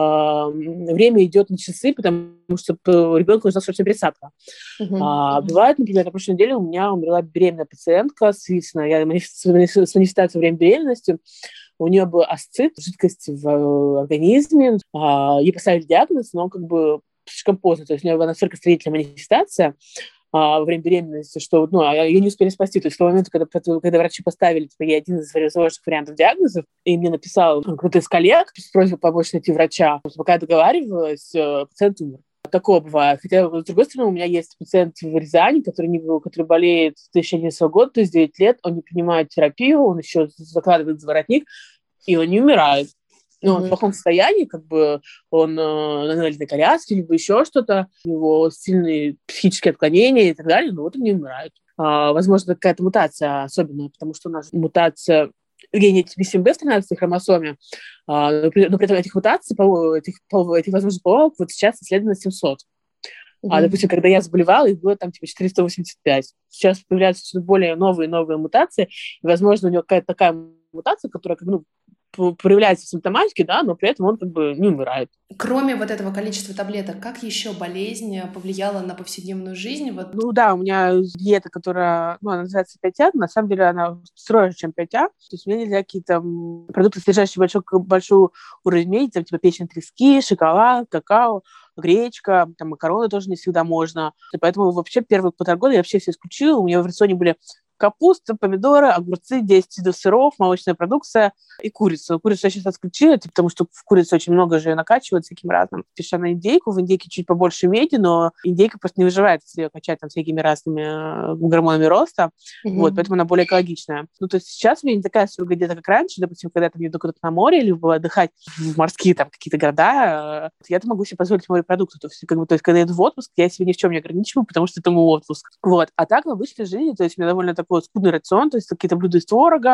время идет на часы, потому что ребенку нужна срочная пересадка. Uh-huh. А, бывает, например, на прошлой неделе у меня умерла беременная пациентка с я с манифестацией во время беременности. У нее был асцит, жидкость в организме. А, ей поставили диагноз, но как бы слишком поздно. То есть у нее была настолько строительная манифестация а, во время беременности, что ну, ее не успели спасти. То есть в тот момент, когда, когда врачи поставили типа, ей один из возможных вариантов диагнозов, и мне написал кто-то из коллег с просьбой помочь найти врача, пока я договаривалась, пациент умер. Такое бывает. Хотя, с другой стороны, у меня есть пациент в Рязани, который, не, который болеет с две тысячи одиннадцатого года, то есть девять лет, он не принимает терапию, он еще закладывает заворотник, и он не умирает. Но он mm-hmm. в плохом состоянии, как бы он э, на инвалидной коляске, либо еще что-то, у него сильные психические отклонения и так далее, но вот он не умирает. А, возможно, какая-то мутация особенная, потому что у нас мутация гене ти пи семь бэ в тринадцатой хромосоме, а, но, при, но при этом этих мутаций, этих, этих возможных половок вот сейчас исследовано семьсот. Mm-hmm. А, допустим, когда я заболевала, их было там типа четыреста восемьдесят пять. Сейчас появляются все более новые и новые мутации, и, возможно, у него какая-то такая мутация, которая как, ну, проявляется в симптоматике, да, но при этом он как бы не умирает. Кроме вот этого количества таблеток, как еще болезнь повлияла на повседневную жизнь? Вот... Ну да, у меня диета, которая, ну, она называется пять а, на самом деле она строже, чем пять а. То есть у меня нельзя какие-то продукты, содержащие большой, большой уровень меди, там, типа печень трески, шоколад, какао, гречка, там, макароны тоже не всегда можно. И поэтому вообще первые полтора года я вообще все исключила. У меня в рационе были капуста, помидоры, огурцы, десять видов сыров, молочная продукция и курица. Курицу я сейчас отключила, потому что в курице очень много же ее накачивают всяким разным. Пишу на индейку, в индейке чуть побольше меди, но индейка просто не выживает, если ее качать там всякими разными гормонами роста. Mm-hmm. Вот, поэтому она более экологичная. Ну, то есть сейчас у меня не такая строгая диета, как раньше. Допустим, когда я там еду куда-то на море или отдыхать в морские там какие-то города, я могу себе позволить морепродукты. То есть, как бы, то есть, когда я иду в отпуск, я себе ни в чем не ограничиваю, потому что это мой отпуск. Вот. А так в обычной жизни, то есть у меня довольно такой скудный рацион, то есть какие-то блюда из творога,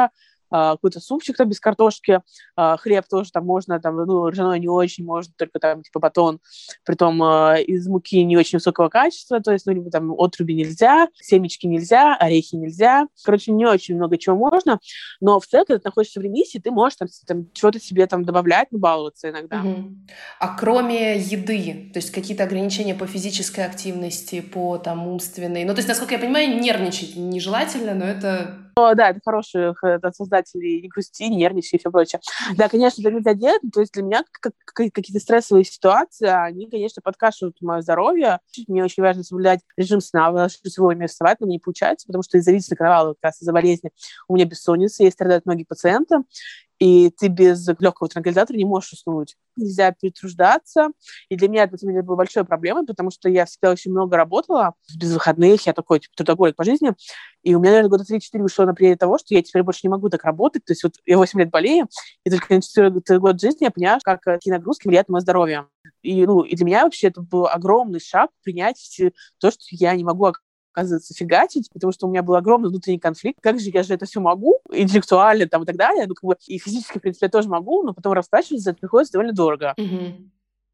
а, какой-то супчик там без картошки, а, хлеб тоже там можно, там, ну, ржаной не очень, можно только там, типа, батон, притом а, из муки не очень высокого качества, то есть, ну, либо там отруби нельзя, семечки нельзя, орехи нельзя. Короче, не очень много чего можно, но в целом, когда ты находишься в ремиссии, ты можешь там, там чего-то себе там добавлять, ну, баловаться иногда. Угу. А кроме еды, то есть какие-то ограничения по физической активности, по там умственной, ну, то есть, насколько я понимаю, нервничать нежелательно, но это... О, да, это хорошие это создатели, не грусти, не нервничай и все прочее. Да, конечно, для меня диет, то есть для меня как, как, какие-то стрессовые ситуации, они, конечно, подкашивают мое здоровье. Мне очень важно соблюдать режим сна, ложиться вовремя вставать, но не получается, потому что из-за вируса коронавируса, как раз из-за болезни, у меня бессонница, ей страдают многие пациенты, и ты без легкого транквилизатора не можешь уснуть. Нельзя перетруждаться. И для меня это, на самом деле, была большой проблемой, потому что я всегда очень много работала, без выходных, я такой, типа, трудоголик по жизни. И у меня, наверное, года три-четыре ушло на пределе того, что я теперь больше не могу так работать. То есть вот я восемь лет болею, и только на четвёртый год жизни я поняла, как такие нагрузки влияют на мое здоровье. И, ну, и для меня вообще это был огромный шаг принять то, что я не могу оказывается, фигачить, потому что у меня был огромный внутренний конфликт. Как же я же это все могу? Интеллектуально там и так далее. Ну, как бы, и физически, в принципе, я тоже могу, но потом расплачиваться это приходится довольно дорого. Угу.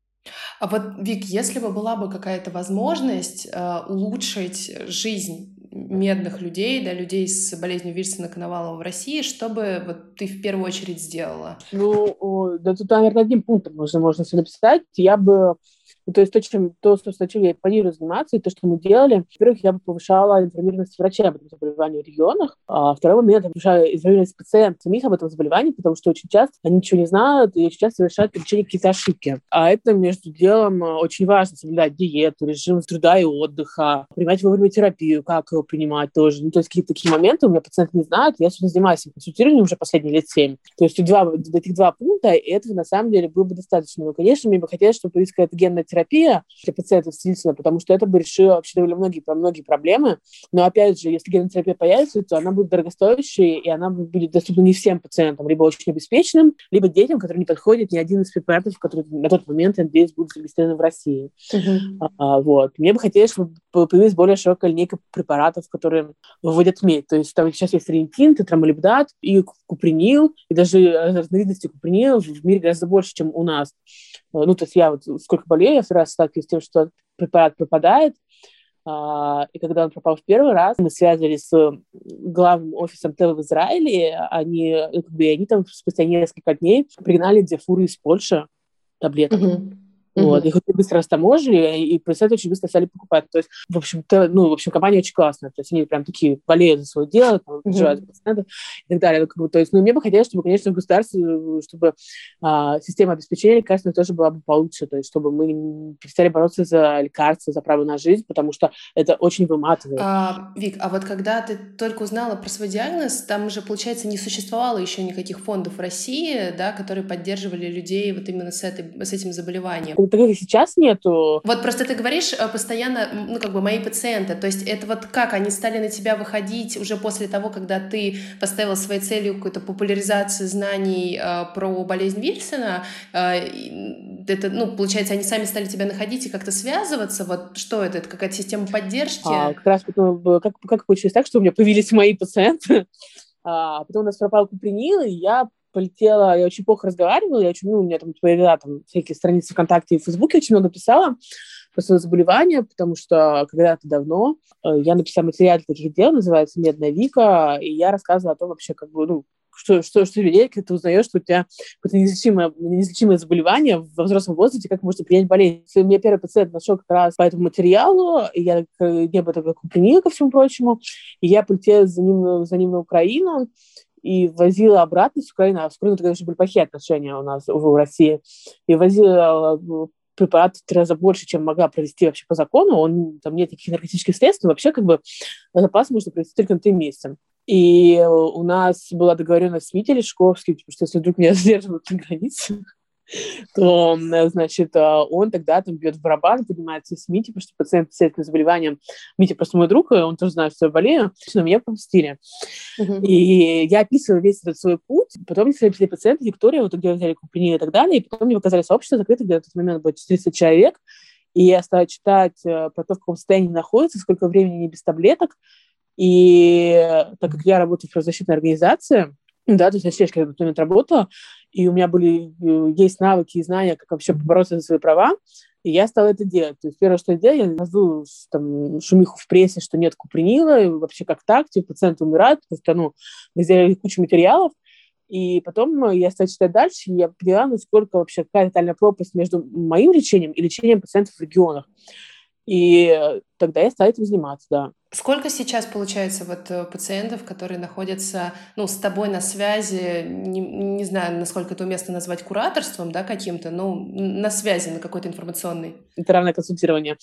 А вот, Вик, если бы была бы какая-то возможность э, улучшить жизнь медных людей, да, людей с болезнью Вильсона-Коновалова в России, что бы вот ты в первую очередь сделала? Ну, да тут, наверное, одним пунктом можно, можно все написать. Я бы Ну, то есть то, чем, то, что, чем я планирую заниматься, и то, что мы делали, во-первых, я бы повышала информированность врачей об этом заболевании в регионах, а второй момент, я повышаю информированность пациентов самих об этом заболевании, потому что очень часто они ничего не знают и очень часто совершают при лечении какие-то ошибки. А это, между делом, очень важно соблюдать диету, режим труда и отдыха, принимать вовремя терапию, как его принимать тоже. Ну, то есть какие-то такие моменты у меня пациенты не знают, я сегодня занимаюсь консультированием уже последние лет семь. То есть два, этих два пункта, и этого на самом деле было бы достаточно. Но, конечно, мне бы хотелось, чтобы появилась какая-то генная терапия для пациентов с Вильсоном, потому что это бы решило вообще довольно многие, многие проблемы. Но, опять же, если генная терапия появится, то она будет дорогостоящей, и она будет доступна не всем пациентам, либо очень обеспеченным, либо детям, которые не подходят ни один из препаратов, которые на тот момент, я надеюсь, будут зарегистрированы в России. Uh-huh. А, вот. Мне бы хотелось, чтобы появилась более широкая линейка препаратов, которые вводят в медь. То есть там сейчас есть рентин, тетрамолибдат и купринил, и даже разновидности купринила в мире гораздо больше, чем у нас. Ну, то есть я вот сколько болею, я второй раз сталкиваюсь с тем, что препарат пропадает, и когда он пропал в первый раз, мы связывались с главным офисом ТЭВ в Израиле, они, как бы, они там спустя несколько дней пригнали две фуры из Польши таблеток. Uh-huh. Вот, uh-huh. Их очень быстро растаможили, и пациенты очень быстро стали покупать. То есть, в общем, ну, в общем, компания очень классная. То есть они прям такие болеют за свое дело, там, переживают за пациентов и так далее. Ну, то есть, ну, мне бы хотелось, чтобы, конечно, в государстве, чтобы а, система обеспечения лекарств тоже была бы получше. То есть, чтобы мы перестали бороться за лекарства, за право на жизнь, потому что это очень выматывает. А, Вик, а вот когда ты только узнала про свой диагноз, там же, получается, не существовало еще никаких фондов в России, да, которые поддерживали людей вот именно с, этой, с этим заболеванием. Такого и сейчас нету. Вот просто ты говоришь постоянно, ну, как бы мои пациенты, то есть это вот как, они стали на тебя выходить уже после того, когда ты поставила своей целью какую-то популяризацию знаний э, про болезнь Вильсона, э, это, ну, получается, они сами стали тебя находить и как-то связываться, вот что это, это какая-то система поддержки? А, как раз потом, как, как получилось так, что у меня появились мои пациенты, а, потом у нас пропал купринил, и я полетела, я очень плохо разговаривала, я очень, ну, у меня там появилась там всякие страницы ВКонтакте и в Фейсбуке, очень много писала про свое заболевание, потому что когда-то давно э, я написала материал для таких дел, называется «Медная Вика», и я рассказывала о том вообще, как бы, ну, что, что, что тебе делать, когда ты узнаешь, что у тебя какое-то неизлечимое, неизлечимое заболевание во взрослом возрасте, как можно принять болезнь. У меня первый пациент нашел как раз по этому материалу, и я не было такого купринила, ко всему прочему, и я полетела за ним, за ним на Украину, и возила обратно с Украины, а с Украиной тогда уже были плохие отношения у нас в России, и возила препарат в три раза больше, чем могла провести вообще по закону, он, там нет никаких наркотических средств, но вообще как бы запас можно провести только на три месяца. И у нас была договоренность с Митей Лешковским, типа, что если вдруг меня задерживают на границе, то, значит, он тогда там бьет в барабан, поднимается с Мити, потому что пациент с этим заболеванием, Митя просто мой друг, он тоже знает, что я болею, но меня помстили. Uh-huh. И я описываю весь этот свой путь, потом мне пришли пациенты, Виктория, вот где взяли купринил и так далее, и потом мне показали сообщество закрыто, где на тот момент было четыреста человек, и я стала читать про то, в каком состоянии находится, сколько времени не без таблеток, и так как я работаю в правозащитной организации, Да, то есть я чешкой в этот момент работала, и у меня были, есть навыки и знания, как вообще побороться за свои права, и я стала это делать. То есть первое, что я делала, я раздула там шумиху в прессе, что нет купринила, и вообще как так, типа пациенты умирают, потому что, ну, мы сделали кучу материалов, и потом я стала читать дальше, и я поняла, насколько вообще какая тотальная пропасть между моим лечением и лечением пациентов в регионах. И тогда я стала этим заниматься, да. Сколько сейчас, получается, вот пациентов, которые находятся, ну, с тобой на связи, не, не знаю, насколько это уместно назвать кураторством, да, каким-то, но на связи, на какой-то информационной? Это равное консультирование.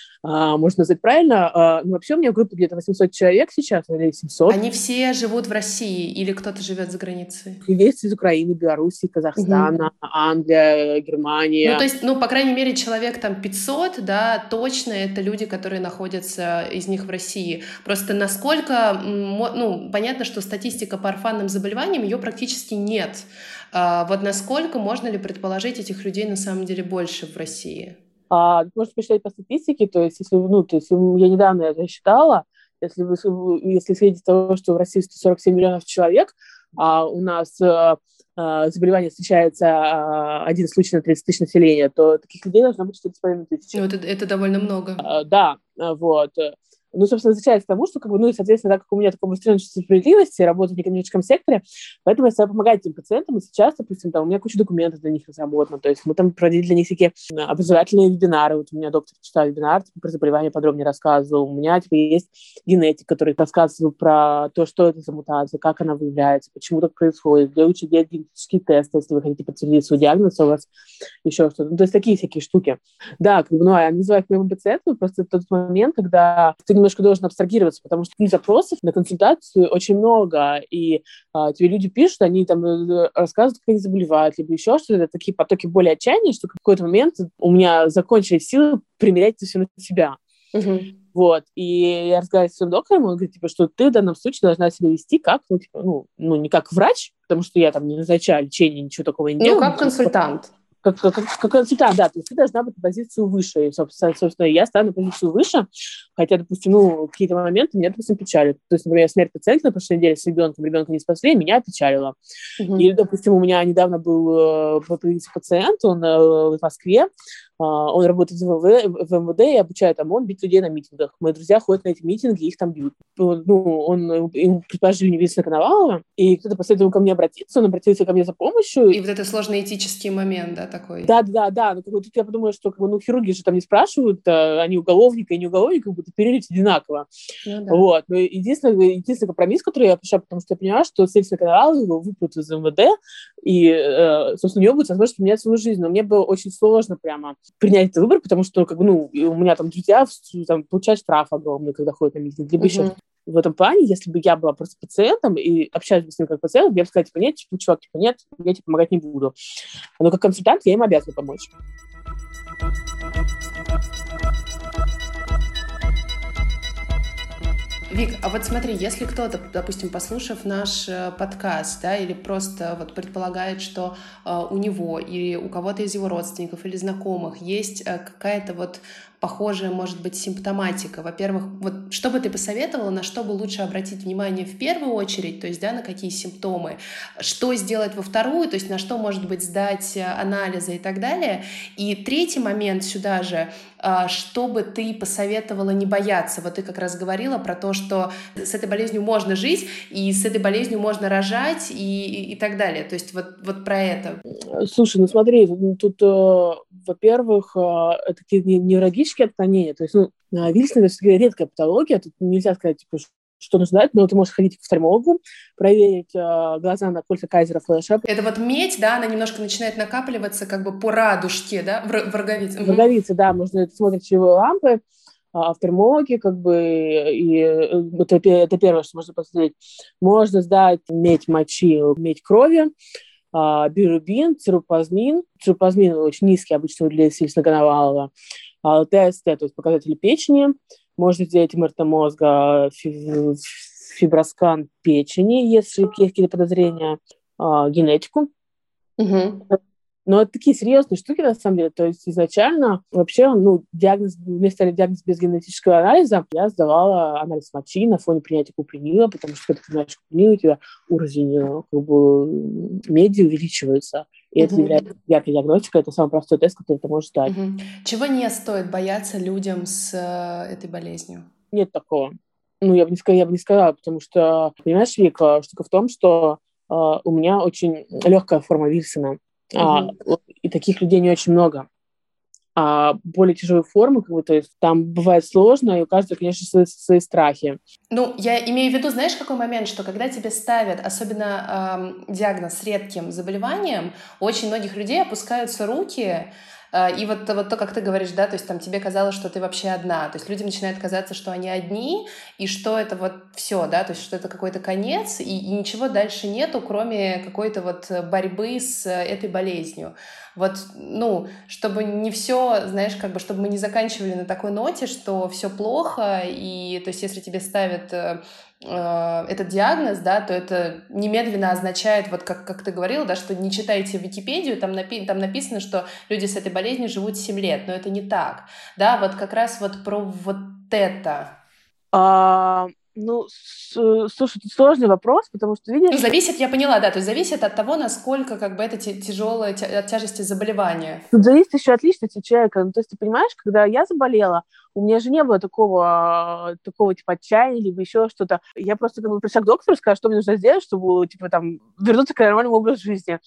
А, можно назвать правильно. А, ну, вообще у меня в группе где-то восемьсот человек сейчас, или семьсот. Они все живут в России или кто-то живет за границей? Есть из Украины, Беларуси, Казахстана, угу. Англия, Германия. Ну, то есть, ну, по крайней мере, человек там пятьсот, да, точно это люди, которые находятся из них в России. Просто насколько, ну, понятно, что статистика по орфанным заболеваниям, ее практически нет. А вот насколько можно ли предположить, этих людей на самом деле больше в России? А, можно посчитать по статистике, то есть, если, ну, то есть я недавно это считала, если, если следить из того, что в России сто сорок семь миллионов человек, а у нас а, а, заболевание встречается а, один случай на тридцать тысяч населения, то таких людей должно быть четыре с половиной тысячи. Ну, это, это довольно много. А, да, вот. Ну, собственно, означает к тому, что, как бы, ну, и, соответственно, так как у меня такое выстроено чувство справедливости, работаю в некоммерческом секторе, поэтому я стала помогать этим пациентам, и сейчас, допустим, там, у меня куча документов для них разработана, то есть мы там проводили для них всякие образовательные вебинары, вот у меня доктор читал вебинар, типа, про заболевания подробнее рассказывал, у меня, типа, есть генетик, который рассказывал про то, что это за мутация, как она выявляется, почему так происходит, где лучше делать генетические тесты, если вы хотите подтвердить свой диагноз, у вас еще что-то, ну, то есть такие всякие штуки. Да, как бы, ну, я называю их моим пациентом, просто тот момент, когда ты немножко должен абстрагироваться, потому что запросов на консультацию очень много, и а, тебе люди пишут, они там рассказывают, как они заболевают, либо еще что-то, такие потоки боли отчаяния, что в какой-то момент у меня закончились силы примерять это все на себя. Угу. Вот, и я разговариваю с своим доктором, он говорит, типа, что ты в данном случае должна себя вести как, ну, типа, ну, ну не как врач, потому что я там не назначаю лечение, ничего такого не делаю. Ну, как консультант. Как, как, как консультант, да, то есть ты должна быть на позицию выше, и, собственно, собственно, я стану на позицию выше, хотя, допустим, ну, какие-то моменты меня, допустим, печалят. То есть, например, смерть пациента на прошлой неделе с ребенком, ребенка не спасли, меня опечалило. Uh-huh. Или, допустим, у меня недавно был э, пациент, он э, в Москве, э, он работает в, МВ, в МВД и обучает ОМОН бить людей на митингах. Мои друзья ходят на эти митинги, их там бьют. Ну, он, им предположили невестно Коновалова, и кто-то посоветовал ко мне обратиться, он обратился ко мне за помощью. И вот это сложный этический момент, да, такой? Да, да, да. Ну, как бы, тут я подумала, что как бы, ну, хирурги же там не спрашивают, а, они уголовника и не уголовника, как будто перелить одинаково. Ну, да. Вот. Но единственный, единственный компромисс, который я пошла, потому что я поняла, что следственный канал его выпутают из МВД, и, э, собственно, у него будет возможность поменять свою жизнь. Но мне было очень сложно прямо принять этот выбор, потому что, как бы, ну, у меня там друзья там, получают штраф огромный, когда ходят на митинг, либо uh-huh. еще. В этом плане, если бы я была просто пациентом и общалась бы с ним как пациентом, я бы сказала, типа, нет, типа, чувак, типа, нет, я тебе помогать не буду. Но как консультант я им обязана помочь. Вик, а вот смотри, если кто-то, допустим, послушав наш подкаст, да, или просто вот предполагает, что э, у него или у кого-то из его родственников или знакомых есть э, какая-то вот похожая, может быть, симптоматика. Во-первых, вот что бы ты посоветовала, на что бы лучше обратить внимание в первую очередь, то есть, да, на какие симптомы, что сделать во вторую, то есть на что, может быть, сдать анализы и так далее. И третий момент сюда же, что бы ты посоветовала не бояться. Вот ты как раз говорила про то, что с этой болезнью можно жить, и с этой болезнью можно рожать, и, и, и так далее. То есть вот, вот про это. Слушай, ну смотри, тут, э, во-первых, э, это такие неврологические отклонения, то есть, ну, Вильсон — это все-таки редкая патология, тут нельзя сказать, типа, что нужно дать, но ты можешь ходить к офтальмологу, проверить э, глаза на кольца Кайзера флэша. Это вот медь, да, она немножко начинает накапливаться как бы по радужке, да, в, в роговице. В роговице, да, можно смотреть чаевые лампы, офтальмологи, как бы, и это, это первое, что можно посмотреть. Можно сдать медь мочи, медь крови, билирубин, цирупазмин. Цирупазмин очень низкий, обычно для Сильсона-Коновалова. ТСТ, то есть показатели печени. Можно сделать эм эр тэ мозга, фиброскан печени, если есть какие-то подозрения, генетику. Угу. Но это такие серьезные штуки, на самом деле. То есть изначально вообще, ну, диагноз, вместо диагноза без генетического анализа я сдавала анализ мочи на фоне принятия купринила, потому что когда ты знаешь купринил, у тебя уровень как бы меди увеличивается. И это является яркой диагностикой. Это самый простой тест, который ты можешь дать. Угу. Чего не стоит бояться людям с э, этой болезнью? Нет такого. Ну, я бы не сказала, я бы не сказала, потому что, понимаешь, Вика, штука в том, что э, у меня очень легкая форма Вильсона. Uh-huh. А, и таких людей не очень много. А более тяжелые формы, как бы, то есть там бывает сложно, и у каждого, конечно, свои, свои страхи. Ну, я имею в виду, знаешь, какой момент, что когда тебе ставят, особенно эм, диагноз с редким заболеванием, у очень многих людей опускаются руки. И вот, вот то, как ты говоришь, да, то есть там тебе казалось, что ты вообще одна, то есть людям начинает казаться, что они одни, и что это вот все, да, то есть что это какой-то конец, и, и ничего дальше нету, кроме какой-то вот борьбы с этой болезнью. Вот, ну, чтобы не все, знаешь, как бы, чтобы мы не заканчивали на такой ноте, что все плохо, и, то есть если тебе ставят э, э, этот диагноз, да, то это немедленно означает, вот как, как ты говорила, да, что не читайте Википедию, там, напи- там написано, что люди с этой болезнью живут семь лет, но это не так, да, вот как раз вот про вот это. А... Ну, с- слушай, тут сложный вопрос, потому что, видишь... Ну, зависит, я поняла, да, то есть зависит от того, насколько, как бы, это тяжелое, тя- от тяжести заболевания. Тут зависит еще от личности человека. Ну, то есть, ты понимаешь, когда я заболела, у меня же не было такого, такого типа, отчаяния, либо еще что-то. Я просто, как бы, пришла к доктору, сказала, что мне нужно сделать, чтобы, типа, там, вернуться к нормальному образу жизни.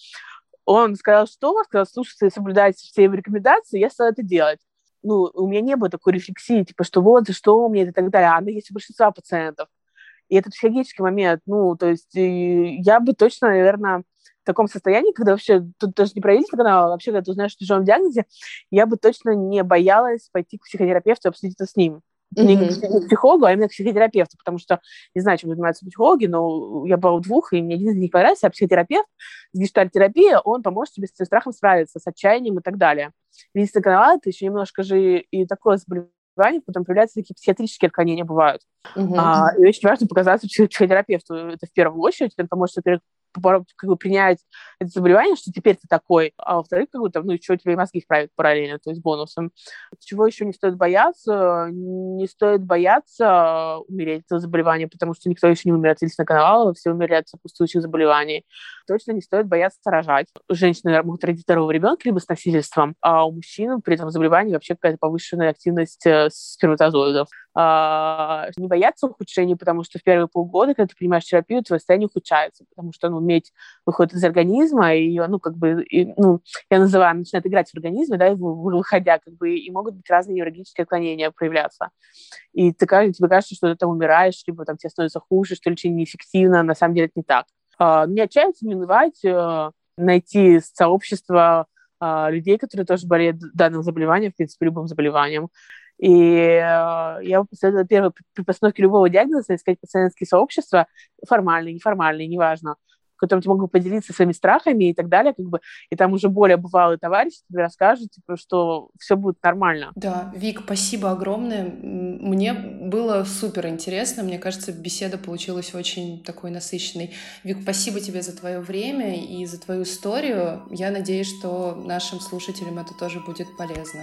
Он сказал, что? Сказал, слушайте, соблюдайте все его рекомендации, я стала это делать. Ну, у меня не было такой рефлексии, типа, что вот, за что мне это и так далее. Она есть у большинства пациентов. И это психологический момент. Ну, то есть я бы точно, наверное, в таком состоянии, когда вообще, тут даже не правительство канала, вообще, когда ты узнаешь о тяжелом диагнозе, я бы точно не боялась пойти к психотерапевту и обсудить это с ним. Mm-hmm. Не к психологу, а именно к психотерапевту, потому что не знаю, чем занимаются психологи, но я была у двух, и мне один из них понравился, а психотерапевт с гештальт-терапией, он поможет тебе с этим страхом справиться, с отчаянием и так далее. Медицина канала — это еще немножко же и такое заболевание, потом появляются такие психиатрические отклонения, бывают. Uh-huh. А, и очень важно показаться психотерапевту. Это в первую очередь, он поможет, во-первых, как бы принять это заболевание, что теперь ты такой, а во-вторых, как бы там, ну, еще тебе и мозги вправят параллельно, то есть бонусом. Чего еще не стоит бояться? Не стоит бояться умереть от этого заболевания, потому что никто еще не умер от Вильсона канала, все умерли от сопутствующих заболеваний. Точно не стоит бояться рожать. Женщины могут родить второго ребенка либо с носительством, а у мужчин при этом заболевании вообще какая-то повышенная активность сперматозоидов. А, не бояться ухудшений, потому что в первые полгода, когда ты принимаешь терапию, твое состояние ухудшается, потому что, ну, медь выходит из организма, и ее, ну, как бы, и, ну, я называю, она начинает играть в организме, да, выходя, как бы, и могут быть разные неврологические отклонения проявляться. И ты, тебе кажется, что ты там умираешь, либо там тебе становится хуже, что лечение неэффективно, на самом деле это не так. А, не отчаяться, не унывать, найти сообщество а, людей, которые тоже болеют данным заболеванием, в принципе, любым заболеванием. И э, я бы посоветовала первое, при постановке любого диагноза искать пациентские сообщества, формальные, неформальные, неважно, в котором ты мог бы поделиться своими страхами и так далее, как бы, и там уже более бывалый товарищ тебе расскажет, типа, что все будет нормально. Да, Вик, спасибо огромное. Мне было супер интересно. Мне кажется, беседа получилась очень такой насыщенной. Вик, спасибо тебе за твое время и за твою историю. Я надеюсь, что нашим слушателям это тоже будет полезно.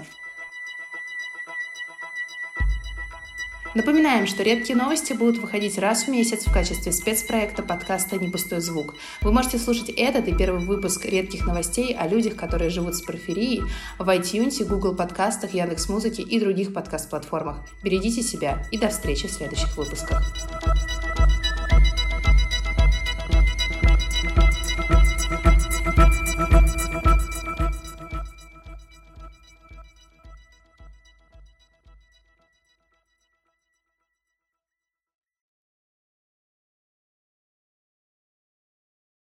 Напоминаем, что редкие новости будут выходить раз в месяц в качестве спецпроекта подкаста «Не пустой звук». Вы можете слушать этот и первый выпуск редких новостей о людях, которые живут с порфирией, в iTunes, Google подкастах, Яндекс.Музыке и других подкаст-платформах. Берегите себя и до встречи в следующих выпусках.